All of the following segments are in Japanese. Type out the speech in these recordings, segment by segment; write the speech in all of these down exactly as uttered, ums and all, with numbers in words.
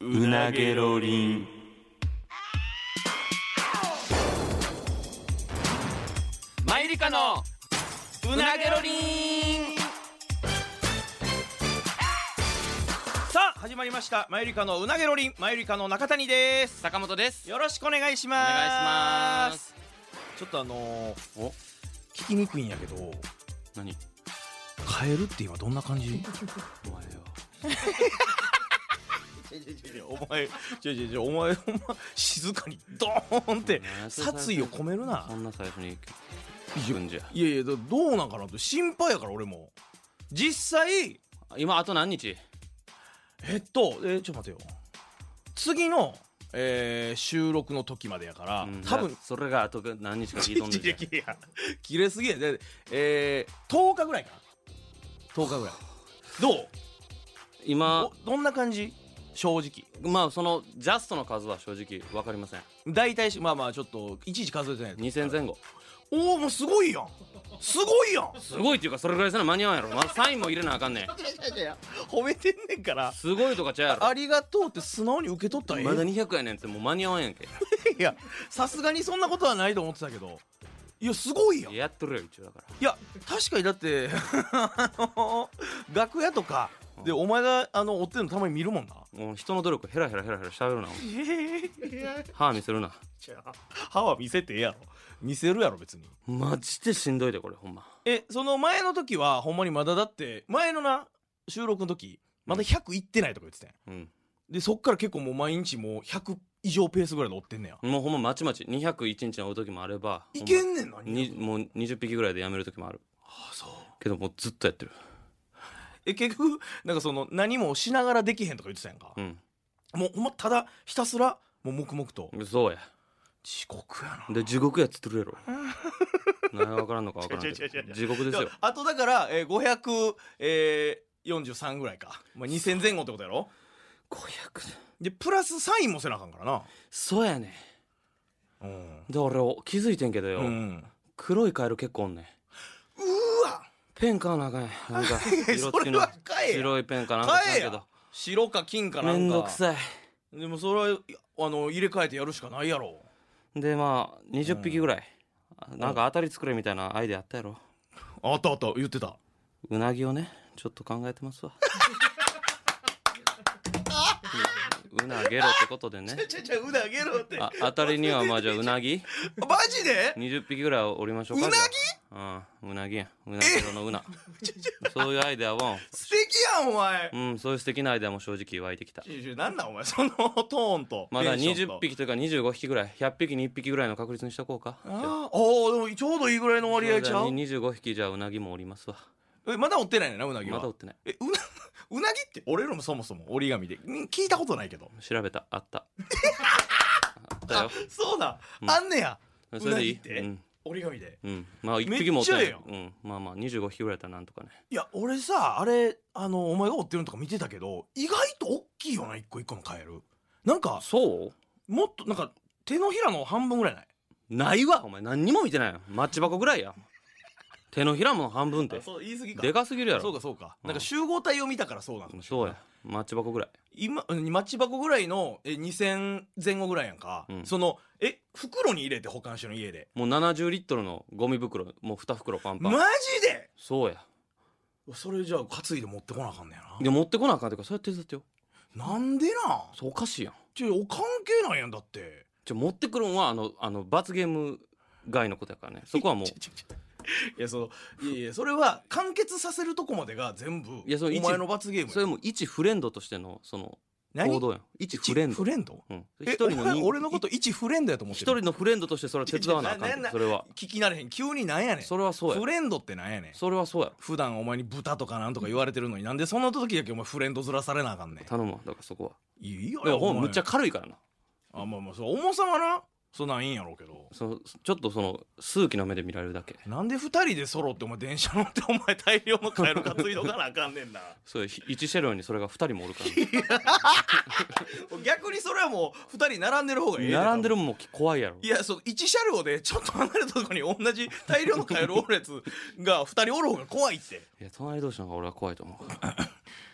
うなげろりん。マユリカのうなげろりん。 さあ始まりましたマユリカのうなげろりん。マユリカの中谷です。 坂本です。 よろしくお願いします。 お願いします。 ちょっとあのー、 お聞きにくいんやけど、 何カエルって今どんな感じ？ お前よお前ちょいちょいちょいお前お前静かにドーンって殺意を込めるな。 そんな最初に聞くんじゃ。 いやいやどうなんかなと心配やから俺も。実際今あと何日？ えっとえー、ちょっと待てよ。次の、えー、収録の時までやから、うん、多分それがあと何日か聞いとんでんじゃん。 切れすぎやで、えー、とおかぐらいかな。とおかぐらい。どう？ 今どんな感じ？正直まあそのジャストの数は正直分かりません。 大体まあまあちょっといちいち数えてない。 にせんぜん後。 おおもうすごいやん。すごいやん。 すごいっていうかそれぐらいせな間に合わんやろ。まだサインも入れなあかんねん。 褒めてんねんから。 すごいとかちゃうやろ。 ありがとうって素直に受け取ったらええ。 まだにひゃくやねんってもう間に合わんやんけ。 いやさすがにそんなことはないと思ってたけど、いやすごいやん。 やっとるよ一応だから。 いや確かにだってあの楽屋とかでお前があの追ってるのたまに見るもんな。 もう人の努力ヘラヘラヘラヘラしゃべるな。歯見せるな。 歯は見せてええやろ。見せるやろ別に。 マジでしんどいでこれほんま。 えその前の時はほんまにまだだって前のな収録の時まだひゃくいってないとか言ってたやん、うん、でそっから結構もう毎日もうひゃく以上ペースぐらいで追ってんねや。 もうほんままちまちにひゃくいちにちの追う時もあればいけんねんな。 にもうにじゅっぴきぐらいでやめる時もある。 ああそうけどもうずっとやってる。 え結局なんかその何もしながらできへんとか言ってたやんか、うん、もうほんまただひたすらもう黙々と。 そうや地獄やな。 で地獄やっつってるやろ。何が分からんのか分からんけど地獄ですよ。 あとだから、えー、ごひゃくよんじゅうさんぐらいか、まあ、にせんぜん後ってことやろ。 ごひゃくでプラスサインもせなあかんからな。 そうやね、うん、で俺気づいてんけどよ、うん、黒いカエル結構おんねん。 うわペン買わなあかんやん。なんか色付きの白いペンかなんか買うけど白か金かなんかめんどくさい。 でもそれはあの入れ替えてやるしかないやろ。 でまあにじゅっぴきぐらい、うん、なんか当たり作れみたいなアイデアあったやろ。 あったあった言ってた。 うなぎをねちょっと考えてますわ。うなげろってことでね。 ちゃちゃうなげろってあ当たりにはまあじゃあうなぎマジでにじゅっぴきぐらいおりましょうか。 うなぎうんうなぎやうなげろのうなそういうアイデアも素敵やんお前。 うんそういう素敵なアイデアも正直湧いてきた。 なんなんお前そのトーンとまだにじゅっぴきというかにじゅうごひきぐらいひゃっぴきにいっぴきぐらいの確率にしとこうか。 ああでもちょうどいいぐらいの割合ちゃう。 にじゅうごひきじゃあうなぎもおりますわ。 えまだ追ってないねんなうなぎは。 まだ追ってない。 えうなうなぎって俺らもそもそも折り紙で聞いたことないけど。 調べたあったあったよ。 そうだ、うん、あんねや。 それでいい、 うん、折り紙で、 うん、まあいっぴきも追ってない。うん、まあまあにじゅうごひきぐらいだったらなんとかね。 いや俺さあれあのお前が追ってるのとか見てたけど意外と大きいよな一個一個のカエル。なんかそうもっとなんか手のひらの半分ぐらいない？ ないわお前何にも見てないよ。マッチ箱ぐらいや。手のひらも半分ってそう言い過ぎか。 でかすぎるやろ。 そうかそうか、うん、なんか集合体を見たからそうなんだ。 そうやマッチ箱ぐらい。 今マッチ箱ぐらいのえにせんぜん後ぐらいやんか、うん、そのえ袋に入れて保管してるの家でもうななじゅうリットルのゴミ袋もうに袋パンパン。 マジで？ そうや。 それじゃあ担いで持ってこなあかんねやな。 いや持ってこなあかんってかそうやって手伝ってよ。 なんでな。 そうおかしいやん。 ちょ関係ないやんだって。 ちょ持ってくるんはあのあの罰ゲーム外のことやからね。そこはもういやそのいやいやそれは完結させるとこまでが全部いやそのお前の罰ゲーム。 それも一フレンドとしてのその行動やん。一フレンド。 フレンド？ うん。 一人の人俺のこと一フレンドやと思ってる。 一人のフレンドとしてそれは手伝わなあかんねん。それは聞き慣れへん。急になんやねん。 それはそうや。 フレンドってなんやねん。 それはそうや。 普段お前に豚とかなんとか言われてるのになんでその時だけお前フレンドずらされなあかんねん。 頼むわだからそこは。 いいよ。 でもほんむっちゃ軽いからな。 あまあまあそう重さはなそんなんいいんやろうけど、 そちょっとその数奇の目で見られるだけ。 なんでふたりで揃ってお前電車乗ってお前大量のカエル担いどかなあかんねんな。 そういち車両にそれがふたりもおるから逆にそれはもうふたり並んでる方がいい。 並んでるもんも怖いやろ。 いやそういち車両でちょっと離れたところに同じ大量のカエルおるやつがふたりおる方が怖いって。 いや隣同士の方が俺は怖いと思う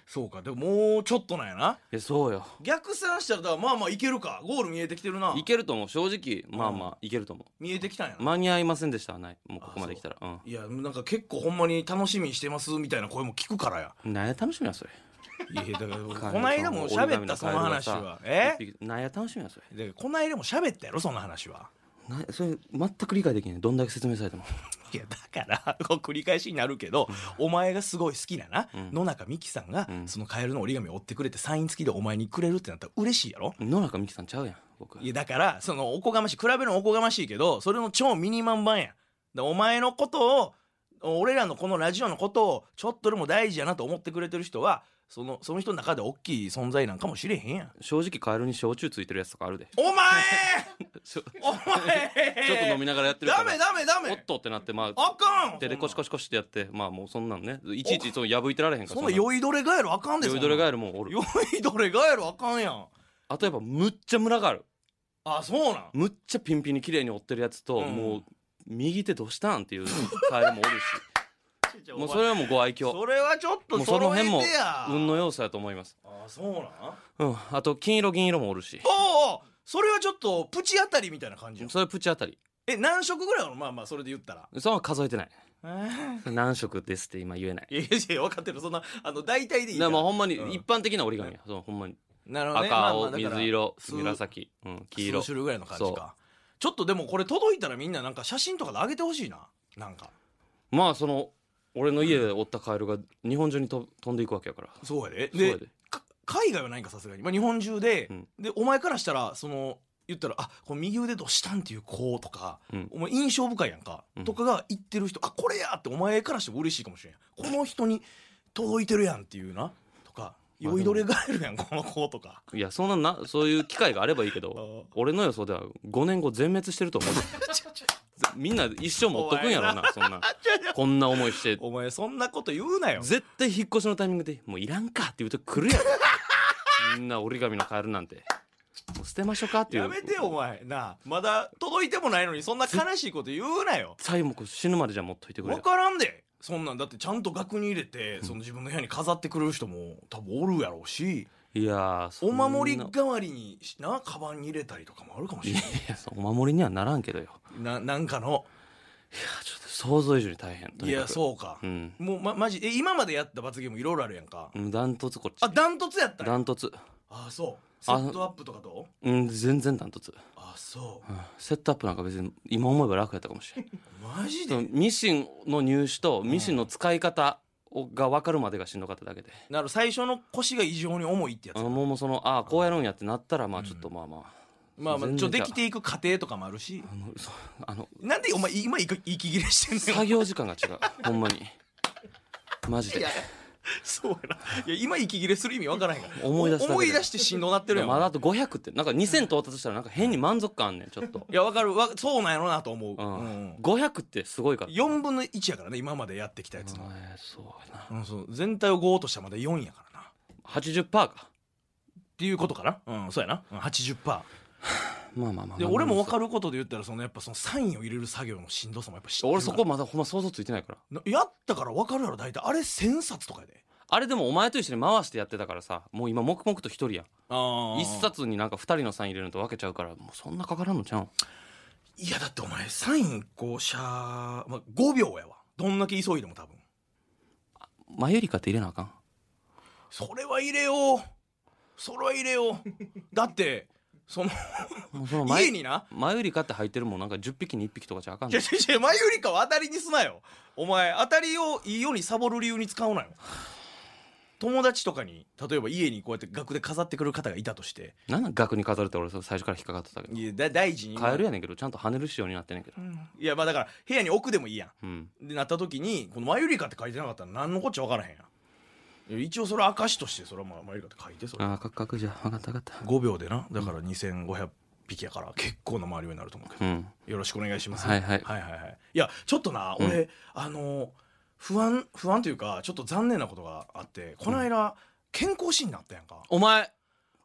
そうかでももうちょっとなんやな。 えそうよ。 逆算したらだからまあまあいけるか。ゴール見えてきてるな。 いけると思う正直。まあまあいけると思う。 見えてきたんやな。 間に合いませんでしたはない。もうここまで来たら。うん、 いやなんか結構ほんまに楽しみにしてますみたいな声も聞くからや。 なんや楽しみやそれ。 いやだからこないだも喋ったその話は。えなんや楽しみやそれ。 でこないだも喋ったやろその話は。 なそれ全く理解できない。どんだけ説明されても。 いやだからこう繰り返しになるけど、うん、お前がすごい好きなな、うん、野中美紀さんが、うん、そのカエルの折り紙を折ってくれてサイン付きでお前にくれるってなったら嬉しいやろ。 野中美紀さんちゃうやん僕。 いやだからそのおこがましい比べるのおこがましいけどそれの超ミニマム版やん。お前のことを俺らのこのラジオのことをちょっとでも大事やなと思ってくれてる人はそのその人の中で大きい存在なんかもしれへんやん。 正直カエルに焼酎ついてるやつとかあるで。 お前お前ちょっと飲みながらやってるからダメダメダメおっとってなってまああかん手でコシコシコシってやってまあもうそんなんねいちいちそう破いてられへんから。 そんな酔いどれガエルあかんで。 酔いどれガエルもおる。 酔いどれガエルあかんやん。 あとやっぱむっちゃムラがある。 あそうなん。 むっちゃピンピンに綺麗に折ってるやつと、うん、もう右手どうしたんっていうカエルもおるしもうそれはもうご愛嬌。 それはちょっとその辺もや運の要素やと思います。 あそうなん。 うん。あと金色銀色もおるし。 おおそれはちょっとプチあたりみたいな感じ。 それプチあたり。 え何色ぐらいあるの。まあまあそれで言ったらそれは数えてない。何色ですって今言えない。 いやいや分かってる。そんなあの大体でいいから。 もうほんまに一般的な折り紙や、うん、そのほんまになるほど、ね、 赤青、 まあまあ、 水色紫、うん、黄色数種類ぐらいの感じか。ちょっとでもこれ届いたらみんななんか写真とかで上げてほしいな。なんかまあその俺の家でおったカエルが日本中にと飛んでいくわけやから。 そうやで。で海外はないんかさすがに、まあ、日本中で、うん、でお前からしたらその言ったらあこの右腕どうしたんっていう子とか、うん、お前印象深いやんか、うん、とかが言ってる人あこれやってお前からしても嬉しいかもしれん。この人に届いてるやんっていうなとか酔いどれガエルやんこの子とか。 いやそんななそういう機会があればいいけど俺の予想ではごねんご全滅してると思うみんな一生持っとくんやろなそんなこんな思いして。 お前そんなこと言うなよ。 絶対引っ越しのタイミングでもういらんかって言うと来るやろみんな折り紙のカエルなんてもう捨てましょうかっていう。 やめてよお前なあまだ届いてもないのにそんな悲しいこと言うなよ。 最後死ぬまでじゃ持っといてくれ。 分からんでそんなん。だってちゃんと額に入れて、うん、その自分の部屋に飾ってくれる人も多分おるやろうし。 いやお守り代わりになカバンに入れたりとかもあるかもしれない。いやお守りにはならんけどよ。 ななんかのいやちょっと想像以上に大変。 いやそうか、うん、もうまマジえ今までやった罰ゲームいろいろあるやんか。 ダントツこっち。 あダントツやったんや。 ダントツ。 あそうセットアップとかどう。うん全然ダントツ。 あそう、 うん、セットアップなんか別に今思えば楽やったかもしれんマジで。 ミシンの入手とミシンの使い方が分かるまでがしんどかっただけで。 なる最初の腰が異常に重いってやつ。 あのもうそのああこうやるんやってなったらまあちょっとまあまあ、 うん、まあまあちょできていく過程とかもあるし。あのそあのなんでお前今息切れしてんの。 作業時間が違うほんまにマジで。 そうやな。いや今息切れする意味わからへんから思い出した思い出してしんどなってるやん。 まだあとごひゃくってなんかにせん到達したらなんか変に満足感あんねんちょっと。 いやわかるわそうなんやろなと思う、 うんうん、ごひゃくってすごいからよんぶんのいちやからね今までやってきたやつの、 えー、そうやな、うん、そう全体をごとしたらまだよんやからな。 はちじゅっパーセント かっていうことかな。うんそうやな、うん、はちじゅっパーセントまあまあまあで俺も分かることで言ったらそのやっぱそのサインを入れる作業のしんどさもやっぱ知ってる。 俺そこまだほんま想像ついてないからやったから分かるやろ大体。あれせんさつとかやで。 あれでもお前と一緒に回してやってたからさもう今黙々と一人やん。あ一冊になんか二人のサイン入れるのと分けちゃうからもうそんなかからんのちゃうん。 いやだってお前サインこうシャー、まあ、ごびょうやわどんだけ急いでも多分。 マユリカって入れなあかん。 それは入れようそれは入れようだってそのその家になマユリカって入ってるもんなんかじゅっぴきにいっぴきとかじゃあかんの。 いやいやマユリカは当たりにすなよお前。当たりをいいようにサボる理由に使うなよ。友達とかに例えば家にこうやって額で飾ってくる方がいたとして。 なんなん額に飾るって俺最初から引っかかってたけど。 いやだ大事にカエルやねんけどちゃんと跳ねる仕様になってんねんけど、うん、 いやまあだから部屋に置くでもいいやん、うん、でなった時にこのマユリカって書いてなかったら何のこっちゃ分からへんやん。一応それは証としてそれはまあマユリカって書いてそれ。 ああカクカクじゃ分かった分かった。 ごびょうでなだからにせんごひゃくぴきやから結構な回りになると思うけど、うん、よろしくお願いします、 はいはい、 はいはいはいいやちょっとな、うん、俺あの不安不安というかちょっと残念なことがあってこの間、うん、健康診断あったやんか。 お前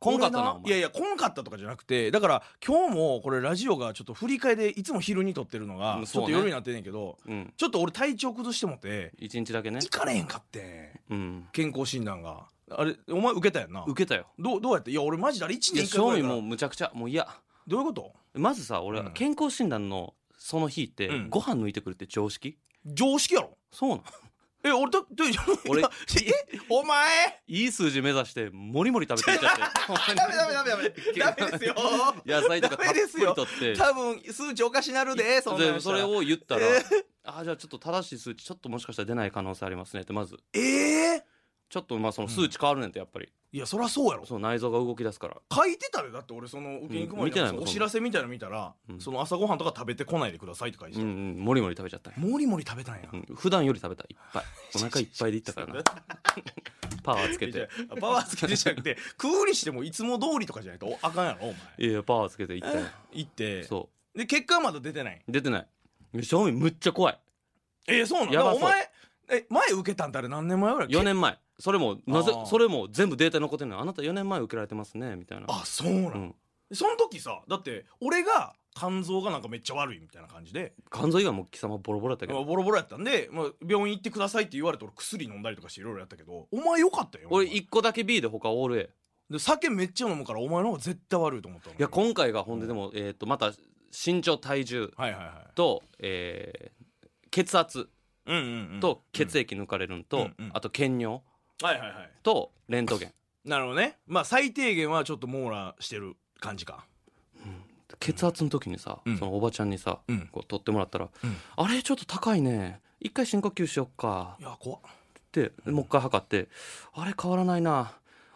こんかったなお前いやいやこんかったとかじゃなくて、だから今日もこれラジオがちょっと振り替えでいつも昼に撮ってるのがうんちょっと夜になってんねんけど、 うん、 ちょっと俺体調崩してもって一日だけね行かれへんかってん、 うん、 健康診断があれお前受けたやんな。 受けたよ。 どうどうやって？いや俺マジであれいちいやねんいっかいぐらいから正味もうむちゃくちゃもう嫌。 どういうこと？ まずさ俺、 うん健康診断のその日ってうんご飯抜いてくるって常識？ 常識やろ？ そうなん？ え俺だって俺いやえお前いい数字目指してもりもり食べていっちゃってダメダメダメダメダメですよ野菜とかたっぷりとって多分数値おかしなるでそんなんでそれを言ったら、 えあじゃあちょっと正しい数値ちょっともしかしたら出ない可能性ありますねってまずえー、 ちょっとまあその数値変わるねんってやっぱり、 いやそりゃそうやろ。 そう内臓が動き出すから。 書いてたでだって俺その受けに行く前うん見てないもんにお知らせみたいなの見たら、 うんその朝ごはんとか食べてこないでくださいって書いてた、 うんうんもりもり食べちゃったんや、 もりもり食べたんや、 うん、普段より食べたいっぱいお腹いっぱいでいったからなパワーつけてパワーつけてじゃなくて食うにしてもいつも通りとかじゃないとあかんやろお前。 いやパワーつけていったよ行ってそで結果はまだ出てない。 う出てない正味むっちゃ怖い。 えー、そうなの？ やばそうお前え前受けたんってあれ何年前ぐらい？ よねんまえそれもなぜあーそれも全部データに残ってんのよ。あなたよねんまえ受けられてますねみたいな。 あそうなの、 うんその時さだって俺が肝臓がなんかめっちゃ悪いみたいな感じで肝臓以外も貴様ボロボロやったけど、 まあボロボロやったんで、まあ、病院行ってくださいって言われて俺薬飲んだりとかしていろいろやったけどお前よかったよ。 俺いっこだけ B で他オール A。 で酒めっちゃ飲むからお前の方が絶対悪いと思ったの。 いや今回がほんででも、えー、とまた身長体重はいはいはいと、えー血圧うんうんうんと血液抜かれるんと、 うんうんあと検尿はいはいはいとレントゲン。 なるほどね。まあ最低限はちょっと網羅してる感じか。 血圧の時にさ、 うんそのおばちゃんにさ、 うんこう取ってもらったら、 うんあれちょっと高いね一回深呼吸しよっかいや怖っ。 ってもう一回測ってあれ変わらないな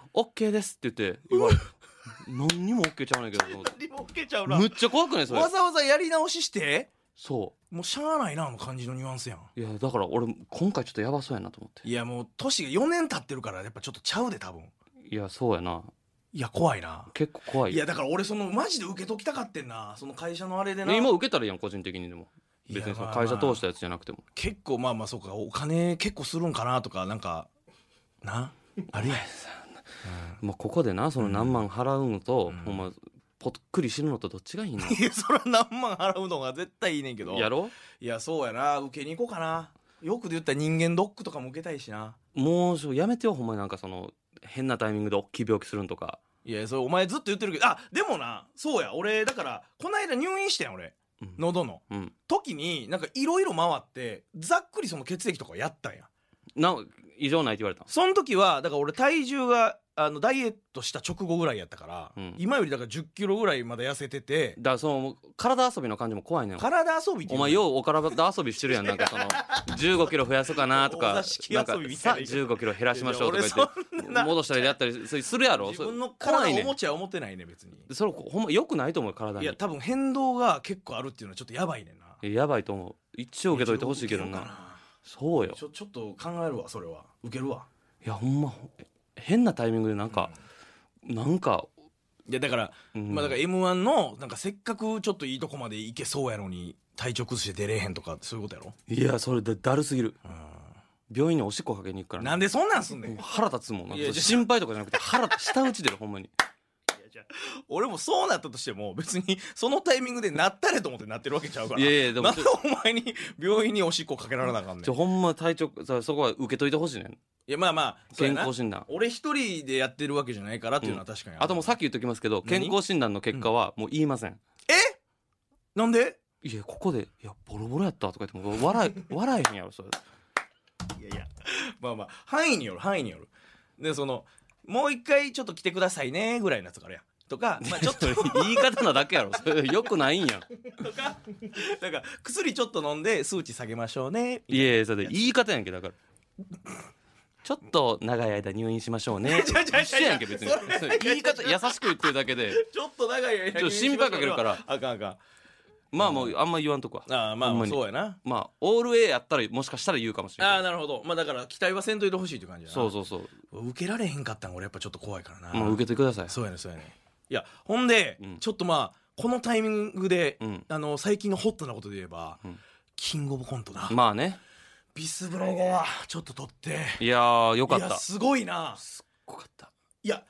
OK ですって言って言われて何にも OK ちゃうねんけど何も受けちゃうな。 むっちゃ怖くないそれ。 わざわざやり直ししてそもうしゃあないなあの感じのニュアンスやん。 ういやだから俺今回ちょっとやばそうやなと思って。 いやもう年がよねん経ってるからやっぱちょっとちゃうで多分。 いやそうやないや怖いな。 結構怖い。 いやだから俺そのマジで受けときたかってんなその会社のあれでな。 今受けたらいいやん個人的にでも別にそのいやまあまあ会社通したやつじゃなくても。 結構まあまあそうかお金結構するんかなとかなんかなあるやん。 まあここでなその何万払うのと、 うんほんまぽっくり死ぬのとどっちがいいのいやそれは何万払うのが絶対いいねんけど。 やろいやそうやな受けに行こうかな。よくで言ったら人間ドックとかも受けたいしな。 もうやめてよほんまになんかその変なタイミングで大きい病気するんとか。 いやそれお前ずっと言ってるけどあでもなそうや俺だからこの間入院してん俺うん喉のうん時になんかいろいろ回ってざっくりその血液とかやったんや。 な異常ないって言われたん。 その時はだから俺体重があのダイエットした直後ぐらいやったから、 うん今よりだからじゅっキロぐらいまで痩せててだからその体遊びの感じも怖いねん。 体遊びっていうのお前ようお体遊びしてるやんなんかそのじゅうごキロ増やそうかなとおか座敷なんか遊びみたいなさじゅうごキロ減らしましょうとかいや言っ俺そんなて戻したりやったりそれするやろ。 自分のそれ怖いね体をおもちゃは思ってないね別に。 ん。それほんま良くないと思う体に。 いや多分変動が結構あるっていうのはちょっとやばいねんな。 やばいと思う。一応受けといてほしいけどな。 受けようかそうよ。 ちょちょっと考えるわそれは受けるわ。 いやほんま変なタイミングでなんか、なんか、 いやだから、 うんまあだから エムワン のなんかせっかくちょっといいとこまでいけそうやのに体調崩して出れへんとかそういうことやろ。 いやそれでだるすぎる。 う病院におしっこかけに行くからん、 ね、 なんでそんなんすんねん。 もう腹立つもん。なんかいやじゃ心配とかじゃなくて腹下打ち出るほんまに。 俺もそうなったとしても別にそのタイミングでなったれと思ってなってるわけちゃうから。 いやいやでもなんでお前に病院におしっこかけられなあかんねん。 ちょほんま体調さそこは受けといてほしいねん。 いやまあまあそうやな健康診断。 俺一人でやってるわけじゃないからっていうのは確かにるあともうさっき言っときますけど何健康診断の結果はもう言いません。 えなんで？ いやここで「いやボロボロやった」とか言っても笑い笑えへんやろそれ。 いやいやまあまあ範囲による範囲による。でそのもう一回ちょっと来てくださいねぐらいのやつがあるやんとか、まあ、ちょっと言い方なだけやろそれよくないんやん。 とかなんか薬ちょっと飲んで数値下げましょうね。 いやいやそれで言い方やんけだからちょっと長い間入院しましょうねちゃうちゃう一緒やんけ別にそれそれ言い方優しく言ってるだけでちょっと長い間ちょっと心配かけるからあかんあかん。 まあもうあんま言わんとこはああまあほんまにそうやな。 まあオール A やったらもしかしたら言うかもしれない。 ああなるほど。まあだから期待はせんといてほしいっていう感じやな。 そうそうそう受けられへんかったんが俺やっぱちょっと怖いからな。 もう受けてください。 そうやねそうやね。いやほんで、 うんちょっとまあこのタイミングで、 うんあの最近のホットなことで言えば、 うんキングオブコントな、 まあねビスブロゴはちょっと取っていやーよかっいやた。 すごいな。 すっごかった。 いや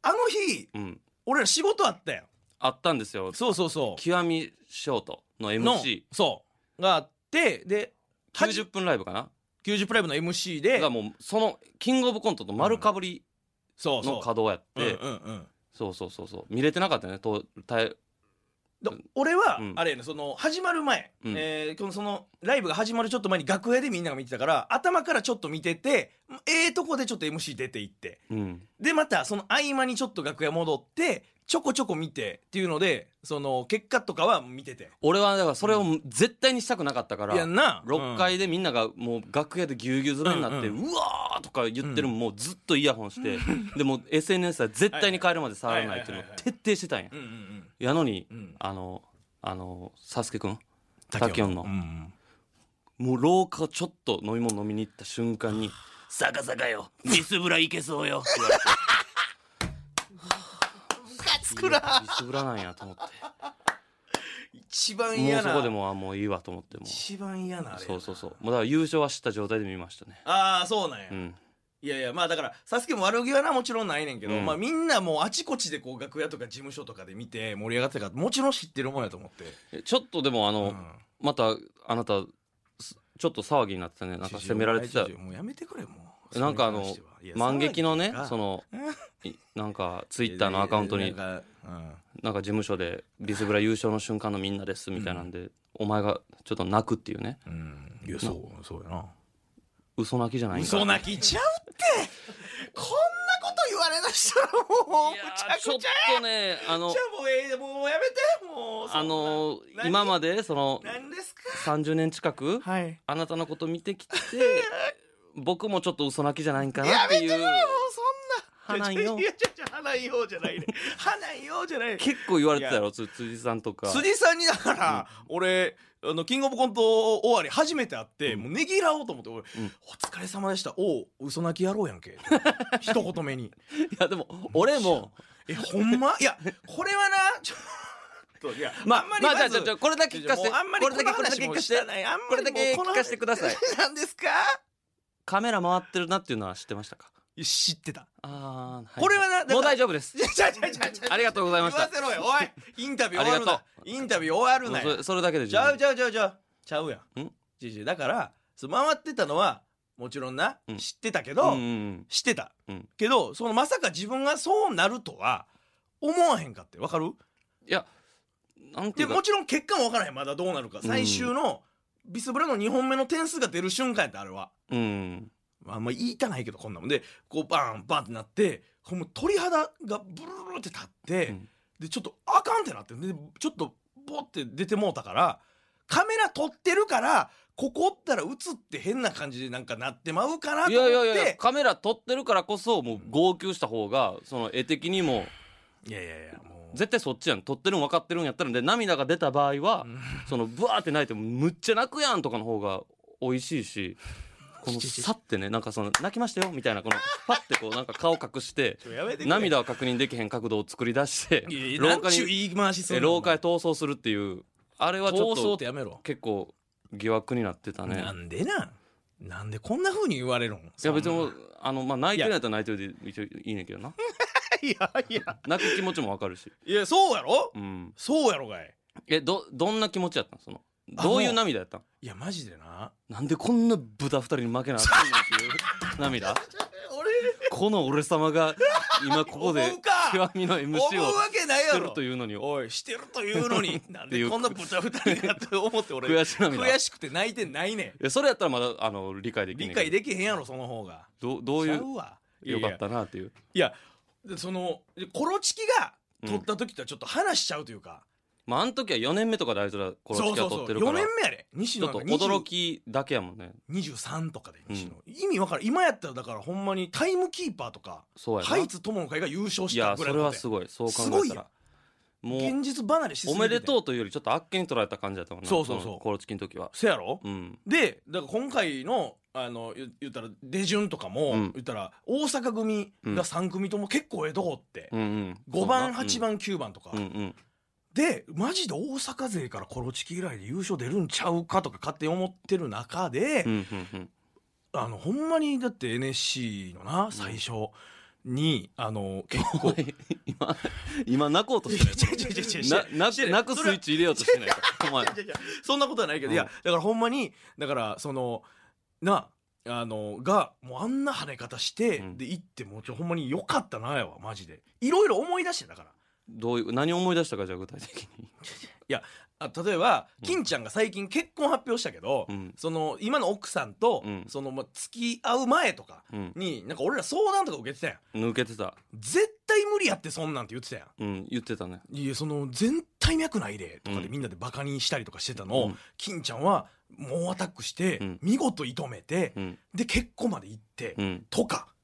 あの日、うん、俺ら仕事あったやん。 あったんですよ。 そうそうそう。 極みショートの エムシーそうがあって、できゅうじゅっぷんライブかな、 きゅうじゅっぷんライブの エムシー でがもうそのキングオブコントと丸かぶりの稼働やって、そうそうそうそう見れてなかったねと俺は、うん、あれやね、その始まる前、うん、えー、そのライブが始まるちょっと前に楽屋でみんなが見てたから頭からちょっと見ててええとこでちょっと エムシー 出ていって、うん、でまたその合間にちょっと楽屋戻ってちょこちょこ見てっていうのでその結果とかは見てて、 俺はだからそれを絶対にしたくなかったから、 うん、やんな、 ろっかいでみんながもう楽屋でぎゅうぎゅう詰めになって、うんうん、うわーとか言ってるのもうずっとイヤホンして、うん、でも エスエヌエス は絶対に帰るまで触らないっていうのを徹底してたんや、やのに、うん、あのあのサスケくんタキヨンの、うん、もう廊下ちょっと飲み物飲みに行った瞬間に「坂坂よビスブラいけそうよ」って言われてムカつくなビスブラなんやと思って一番嫌なもうそこでもうあもういいわと思っても一番嫌なあれそうそうそうもうだから優勝は知った状態で見ましたね。 ああそうなんや、うん、いやいやまあだからサスケも悪気はなもちろんないねんけど、うん、まあみんなもうあちこちでこう楽屋とか事務所とかで見て盛り上がってたからもちろん知ってるもんやと思ってちょっとでもあの、うん、またあなたちょっと騒ぎになってたねなんか責められてたもうやめてくれもうなんかあの万劇のねそのなんかツイッターのアカウントになんか事務所でビスブラ優勝の瞬間のみんなですみたいなんで、うん、お前がちょっと泣くっていうね、 うん、いやそうそうやな嘘泣きじゃないんか嘘泣きちゃうってこんなこと言われだしたらもうむちゃくちゃやちょっとねあのじゃあもうええもうやめてもうあの今までその何ですかさんじゅうねん近く、 はい、 あなたのこと見てきて僕もちょっと嘘泣きじゃないんかなっていうやめてよもうそんな花よいやちょちょ花よじゃないね花よじゃない結構言われてたよ辻さんとか辻さんにだから、うん、俺あのキングオブコント終わり初めて会って、うん、もうねぎらおうと思って俺、うん、お疲れ様でしたおう嘘泣きやろうやんけ一言目にいやでも俺もえほんまいやこれはなちょいやまあまあじゃあじゃあこれだけ聞かせてあんまりこれだけこれだけ聞かせてこれだけ聞かせてください何ですかカメラ回ってるなっていうのは知ってましたか知ってたあ、はい、 これはなもう大丈夫ですありがとうございました言わせろよおいインタビュー終わるなインタビュー終わるなそれ、それだけでちゃうちゃうちゃうちゃうちゃうやんんじじだからそ回ってたのはもちろんな、うん、知ってたけど、うんうん、知ってた、うん、けどそのまさか自分がそうなるとは思わへんかってわかるいやなんていうかでもちろん結果もわからへんまだどうなるか、うん、最終のビスブラのにほんめの点数が出る瞬間やったあれはうんあんま言いたないけどこんなもんでこうバンバンってなってほんま鳥肌がブルルルって立って、うん、でちょっとあかんってなってでちょっとボって出てもうたからカメラ撮ってるからここおったら映って変な感じでなんかなってまうかなと思っていやいやいやカメラ撮ってるからこそもう号泣した方がその絵的にもいやいやいやもう絶対そっちやん撮ってるの分かってるんやったらで涙が出た場合はそのブワーって泣いてもむっちゃ泣くやんとかの方が美味しいしこのさってねなんかその泣きましたよみたいなこのパッてこうなんか顔隠して涙を確認できへん角度を作り出して廊下に廊下へ逃走するっていうあれはちょっと結構疑惑になってたね。 なんでなんなんでこんな風に言われるんいや別にあの、まあ、泣いてないと泣いてるで一応いいねんけどないやいや泣く気持ちもわかるしいやそうやろ、うん、そうやろがいえどどんな気持ちやったんそのどういう涙やったんいやマジでななんでこんな豚二人に負けなあかんのっていう涙この俺様が今ここで極みの エムシー をしてるというのにおいしてるというのになんでこんな豚二人がって思って俺悔し涙悔しくて泣いてないねんそれやったらまだあの理解できない理解できへんやろその方がどどういうよかったなっていういやそのコロチキが撮った時とはちょっと話しちゃうというか、 まあ、あの時はよねんめとかであいつらコロチキが撮ってるからそうそうそうよねんめやで西野ちょっと驚きだけやもんねにじゅうさんとかで西野、うん、意味わからん今やったらだからほんまにタイムキーパーとかハイツ友の会が優勝したぐらいのいやそれはすごいそう考えたらもう現実離れしすぎておめでとうというよりちょっとあっけに取られた感じだったもんねそうそうそうコロチキの時はせやろ、うん、でだから今回のあの言, 言ったら出順とかも、うん、言ったら大阪組がさん組とも結構ええとこって、うんうん、ごばんはちばんきゅうばんとか、うんうん、でマジで大阪勢からコロチキ以来で優勝出るんちゃうかとか勝手に思ってる中で、うんうんうん、あのほんまにだって エヌエスシー のな最初、うん、 にあの結構今今泣こうとしてないな泣くスイッチ入れようとしてないかお前そんなことはないけど、うん、いやだからほんまにだからそのなあのがもうあんな跳ね方して、うん、で行ってもうちょほんまに良かったなやわマジでいろいろ思い出してだからどういう何思い出したかじゃあ具体的にいやあ例えば、うん、金ちゃんが最近結婚発表したけど、うん、その今の奥さんと、うん、そのま付き合う前とかに、うん、なんか俺ら相談とか受けてたやん受けてた絶対無理やってそんなんって言ってたやん、 うん、言ってたねいやその全体脈ないでとかでみんなでバカにしたりとかしてたのを、うん、金ちゃんは猛アタックして、うん、見事射止めて、うん、で結婚まで行って、うん、とか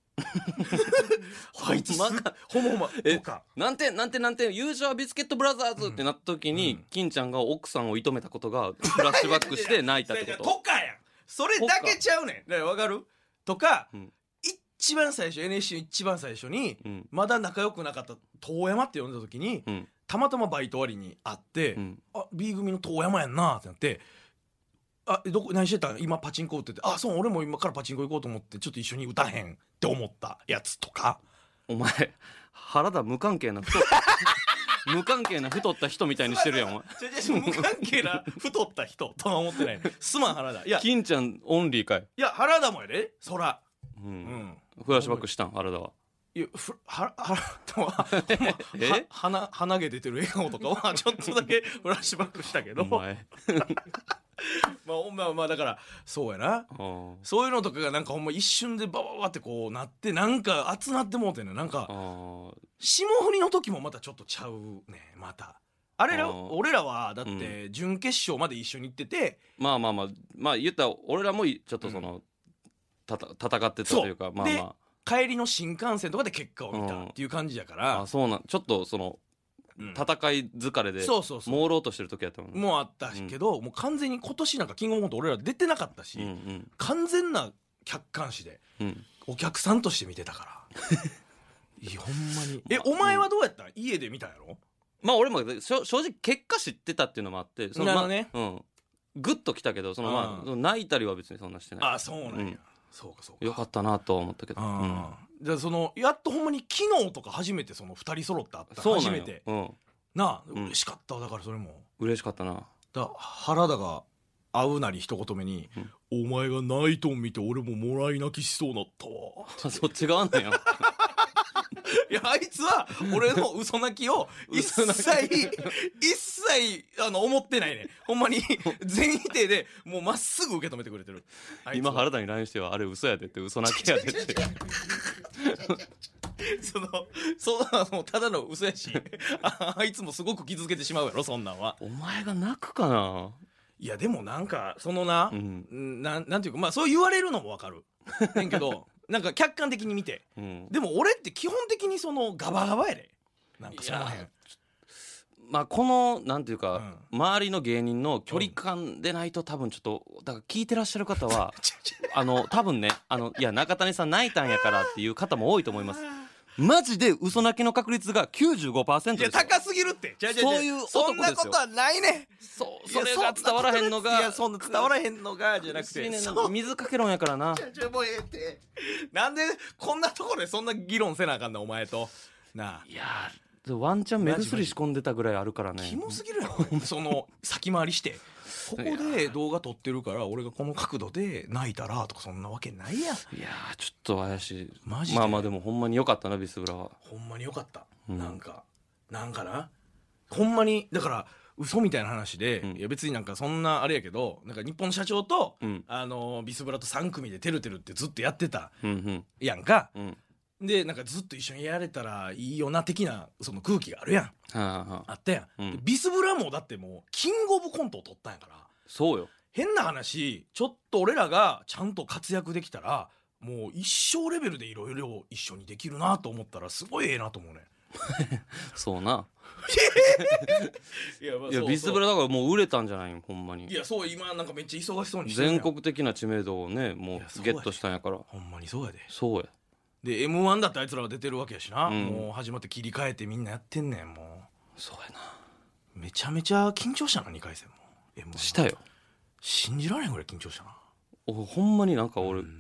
あいつほんまほんまとかなんてなんてなんて優勝はビスケットブラザーズってなった時に、うん、金ちゃんが奥さんを射止めたことがフラッシュバックして泣いたってこととかやんそれだけちゃうねんわかるとか、うん、一番最初 エヌエスシー の一番最初に、うん、まだ仲良くなかった遠山って呼んだ時に、うん、たまたまバイト終わりに会って、うん、あ B 組の遠山やんなってなってあどこ何してたん今パチンコ打っててあそう俺も今からパチンコ行こうと思ってちょっと一緒に打たへんって思ったやつとかお前原田無関係な太った無関係な太った人みたいにしてるやんお前無関係な太った人とは思ってないすまん原田いや金ちゃんオンリーかいいや原田もやでそら、 うんうん、フラッシュバックしたん原田はいやふは原田はは鼻鼻毛出てる笑顔とかはちょっとだけフラッシュバックしたけどお前まあ、まあまあだからそうやなそういうのとかがなんかほんま一瞬でバババってこうなってなんか熱なってもうてねなんか霜降りの時もまたちょっとちゃうねまたあれら俺らはだって準決勝まで一緒に行ってて、 うん、まあまあまあまあ言ったら俺らもちょっとその、うん、たた戦ってたというかまあまあ帰りの新幹線とかで結果を見たっていう感じやから、 うん、あそうなんちょっとその戦い疲れで朦朧としてる時やったもんねもうあったけど、うん、もう完全に今年なんかキングオブコント俺ら出てなかったし、うんうん、完全な客観視で、うん、お客さんとして見てたからいやほんまにえお前はどうやった、うん、家で見たやろまあ俺も正直結果知ってたっていうのもあってそのなるね、 まあ、うんグッときたけどそのまあ泣いたりは別にそんなしてないあそうなんや、うん、そうかそうかよかったなとは思ったけど、うん、 じゃあそのやっとほんまに昨日とか初めてそのふたり揃って会った初めて、うん、なあ嬉しかったわだからそれも嬉しかったなだ原田が会うなり一言目に、うん、お前が泣いとん見て俺ももらい泣きしそうなったわそっち側なんやいやあいつは俺の嘘泣きを一切一切あの思ってないねほんまに全否定でもうまっすぐ受け止めてくれてる今原田に ライン してはあれ嘘やでって嘘泣きやでってそのそのただの嘘やし あ, あいつもすごく傷つけてしまうやろそんなんはお前が泣くかないやでもなんかそのな、うん、な, なんていうかまあそう言われるのもわかるねんけどなんか客観的に見て、うん、でも俺って基本的にそのガバガバやでなんかその辺まあこのなんていうか、うん、周りの芸人の距離感でないと多分ちょっとだから聞いてらっしゃる方はあの多分ねあのいや中谷さん泣いたんやからっていう方も多いと思いますマジで嘘泣きの確率が きゅうじゅうごパーセント ですよ。 いや高すぎるってそういう男ですよ。 そんなことはないね。 そうそれが伝わらへんのがいやそんな伝わらへんのがじゃなくて水かけ論やからなちょもうええってなんでこんなところでそんな議論せなあかんなお前となあいやワンチャン目薬仕込んでたぐらいあるからねキモすぎるやろその先回りしてここで動画撮ってるから俺がこの角度で泣いたらとかそんなわけないやんいやちょっと怪しいマジでまあまあでもほんまによかったなビスブラはほんまによかった、うん、なんかなんかなほんまにだから嘘みたいな話で、うん、いや別になんかそんなあれやけどなんか日本の社長と、うん、あのビスブラとさん組でてるてるってずっとやってた、うんうん、やんか、うんでなんかずっと一緒にやれたらいいよな的なその空気があるやん、はあはあ、あったやん、うん、ビスブラもだってもうキングオブコントを取ったんやからそうよ変な話ちょっと俺らがちゃんと活躍できたらもう一生レベルでいろいろ一緒にできるなと思ったらすごいええなと思うねそうないや、まあ、いやビスブラだからもう売れたんじゃないのほんまにいやそう今なんかめっちゃ忙しそうにしてる全国的な知名度をねもうゲットしたんやからほんまにそうやでそうやで エムワン だってあいつらが出てるわけやしな、うん、もう始まって切り替えてみんなやってんねんもうそうやなめちゃめちゃ緊張したなにかい戦も エムワンしたよ信じられんぐらい緊張したなおほんまになんか俺、うん、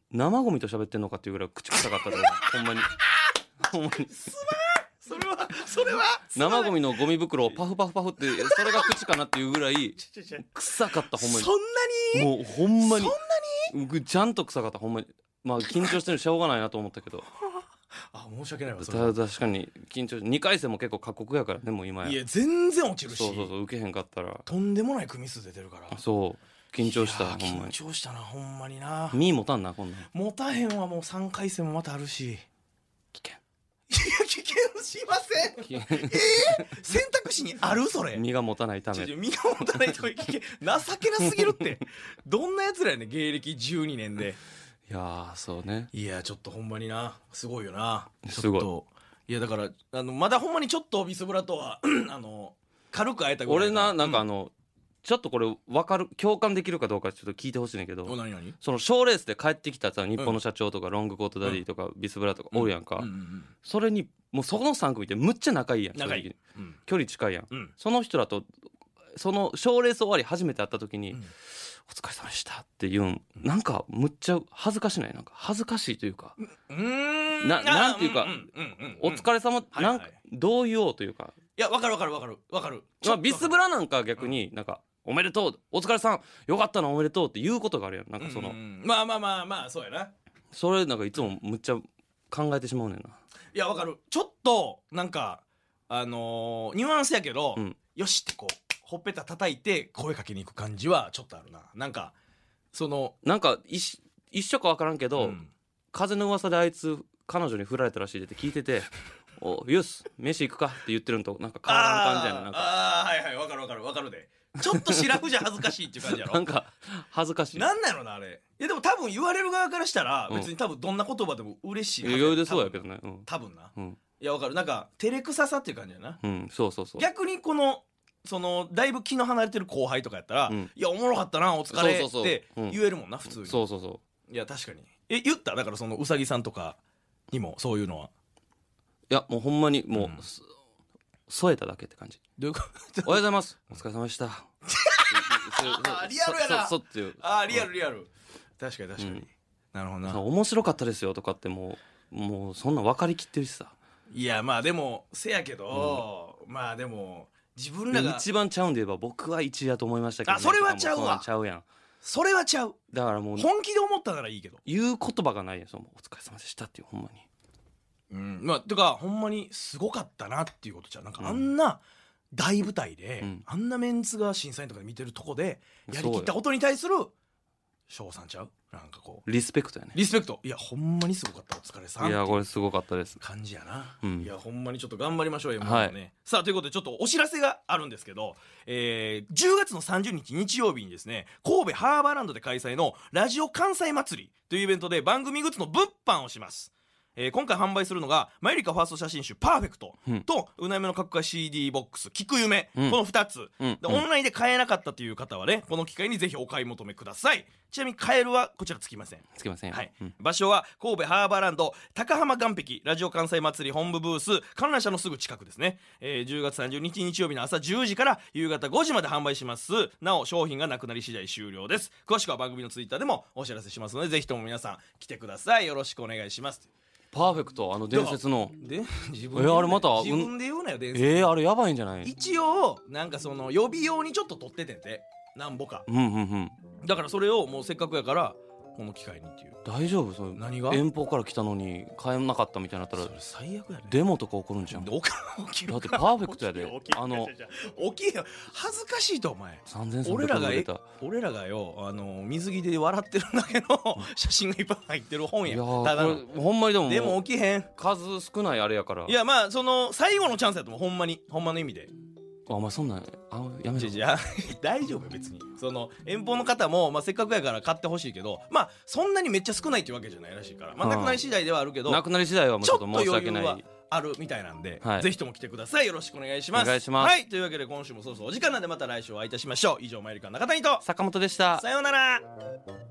生ゴミと喋ってんのかっていうぐらい口臭かったでほんまにほんまにそれはそれは生ゴミのゴミ袋をパフパフパフってそれが口かなっていうぐらい臭かったほんまに。 そんなにもうほんまにそんなにちゃんと臭かったほんまに。まあ緊張してるしょうがないなと思ったけどあ申し訳ないわそれは。 た確かに緊張にかい戦も結構過酷やからねもう今や。 いや全然落ちるしそうそうそう受けへんかったらとんでもない組数出てるからそう緊張したいやほんまに。 緊張したなほんまにな。 身持たんなこんなん持たへんはもうさんかい戦もまたあるし危険いや危険しません危えー、選択肢にあるそれ身が持たないためちょちょ身が持たないと危険情けなすぎるってどんなやつらやねん芸歴じゅうにねんで。 いやーそうねいやちょっとほんまになすごいよなすごいちょっといやだからあのまだほんまにちょっとビスブラとはあの軽く会えたぐらい俺ななんかあの、 の、ちょっとこれ分かる共感できるかどうかちょっと聞いてほしいねんけどうん、お何何その賞レースで帰ってきたさ日本の社長とかロングコートダディとかビスブラとかおるやんか、 うんうんうんそれにもうそこのさん組ってむっちゃ仲いいやん仲いい正直うん距離近いやん、 うんその人らとその賞レース終わり初めて会った時に、 うんお疲れ様でしたって言うんなんかむっちゃ恥ずかしないなんか恥ずかしいというか、 うーんななんていうかんんうんお疲れ様、 はいなんかはいどう言おうというか、 いや分かる分かる分かる分かるまあ、ビスブララなんか逆になんか、おめでとうお疲れさんよかったなおめでとうって言うことがあるやんなんかその、 まあまあまあまあそうやな。 それなんかいつもむっちゃ考えてしまうねんな。 いや分かるちょっとなんかあのーニュアンスやけど、 うんよしってこうほっぺた叩いて声かけに行く感じはちょっとあるな。なんかそのなんか一一緒か分からんけど、 うん風の噂であいつ彼女に振られたらしいでって聞いてて「おユース飯行くか」って言ってるのとなんか変わらん感じやねんなんかあーあーはいはい分かる分かる分かるでちょっとシラフじゃ恥ずかしいっていう感じやろなんか恥ずかしいなんなのなあれ。いやでも多分言われる側からしたらうん別に多分どんな言葉でも嬉しいはず余裕でそうやけどねうん、 多分な。 うんいや分かるなんか照れくささっていう感じやな。 うん、そうそうそう逆にこのそのだいぶ気の離れてる後輩とかやったら、 うんいやおもろかったなお疲れそうそうそうってうん言えるもんな普通に。 そうそうそいや確かにえ言っただからそのうさぎさんとかにもそういうのはういやもうほんまにもう、 うんそ添えただけって感じどういうこおはようございますお疲れ様でしたあーリアルやなそそそっていうとあーリアルリアル確かに確かに、 うんなるほどな。 そう面白かったですよとかってもうもうそんなん分かりきってるしさいやまあでもせやけど、まあでも自分らが一番ちゃうんで言えば僕はいちいやと思いましたけど、 あそれはちゃうわもそんなんちゃうやんそれはちゃうだからもう本気で思ったならいいけど言う言葉がないやんそのお疲れ様でしたっていうほんまにうんまあてかほんまにすごかったなっていうことじゃんなんかうんあんな大舞台で、 うんあんなメンツが審査員とかで見てるとこでやりそうよきったことに対する賞賛ちゃうなんかこうリスペクトやねリスペクトいやほんまにすごかったお疲れさんいやっていうこれすごかったです感じやな、 うんいやほんまにちょっと頑張りましょうよ、 はいもうねさあということでちょっとお知らせがあるんですけど、えー、じゅうがつのさんじゅうにち日曜日にですね神戸ハーバーランドで開催のラジオ関西祭りというイベントで番組グッズの物販をします。えー今回販売するのがマユリカファースト写真集パーフェクトうんとうなゆめの各界 シーディー ボックス聞く夢、 うんこのふたつうんでオンラインで買えなかったという方はねこの機会にぜひお買い求めください。ちなみに買えるはこちらつきません。 つきませんよはいうん場所は神戸ハーバーランド高浜岸壁ラジオ関西祭り本部ブース観覧車のすぐ近くですね、えー、じゅうがつさんじゅうにち日曜日の朝じゅうじから夕方ごじまで販売します。なお商品がなくなり次第終了です。詳しくは番組のツイッターでもお知らせしますのでぜひとも皆さん来てください。よろしくお願いします。 パーフェクトあの伝説ので自えあれまた自分で言うなよ伝説、 えー、あれやばいんじゃない一応なんかその予備用にちょっと撮っててんてなんぼかうんうんうんだからそれをもうせっかくやからこの機会にっていう。 大丈夫それ何が遠方から来たのに買えなかったみたいになったらそれ最悪やねデモとか起こるんじゃんで起きるだってパーフェクトやで起きるあの起きるよ恥ずかしいとお前さんぜんさんび俺らがえゃくえん売れた俺らがよあの水着で笑ってるだけの写真がいっぱい入ってる本やいやーただのこれほんまにでもでもうも起きへん。 数少ないあれやからいやまあその最後のチャンスやと思うほんまにほんまの意味で。 あお前そんなんあやめろじゃじゃ大丈夫よ別にその遠方の方も、まあ、せっかくやから買ってほしいけどまあそんなにめっちゃ少ないっていうわけじゃないらしいからまあうんなくなり次第ではあるけどなくなり次第はもうちょっとちょっと申し訳ない余裕はあるみたいなんで、 はいぜひとも来てください。よろしくお願いします。 お願いしますはいというわけで今週もそろそろお時間なんでまた来週お会いいたしましょう。以上マユリカの中谷と坂本でしたさようなら。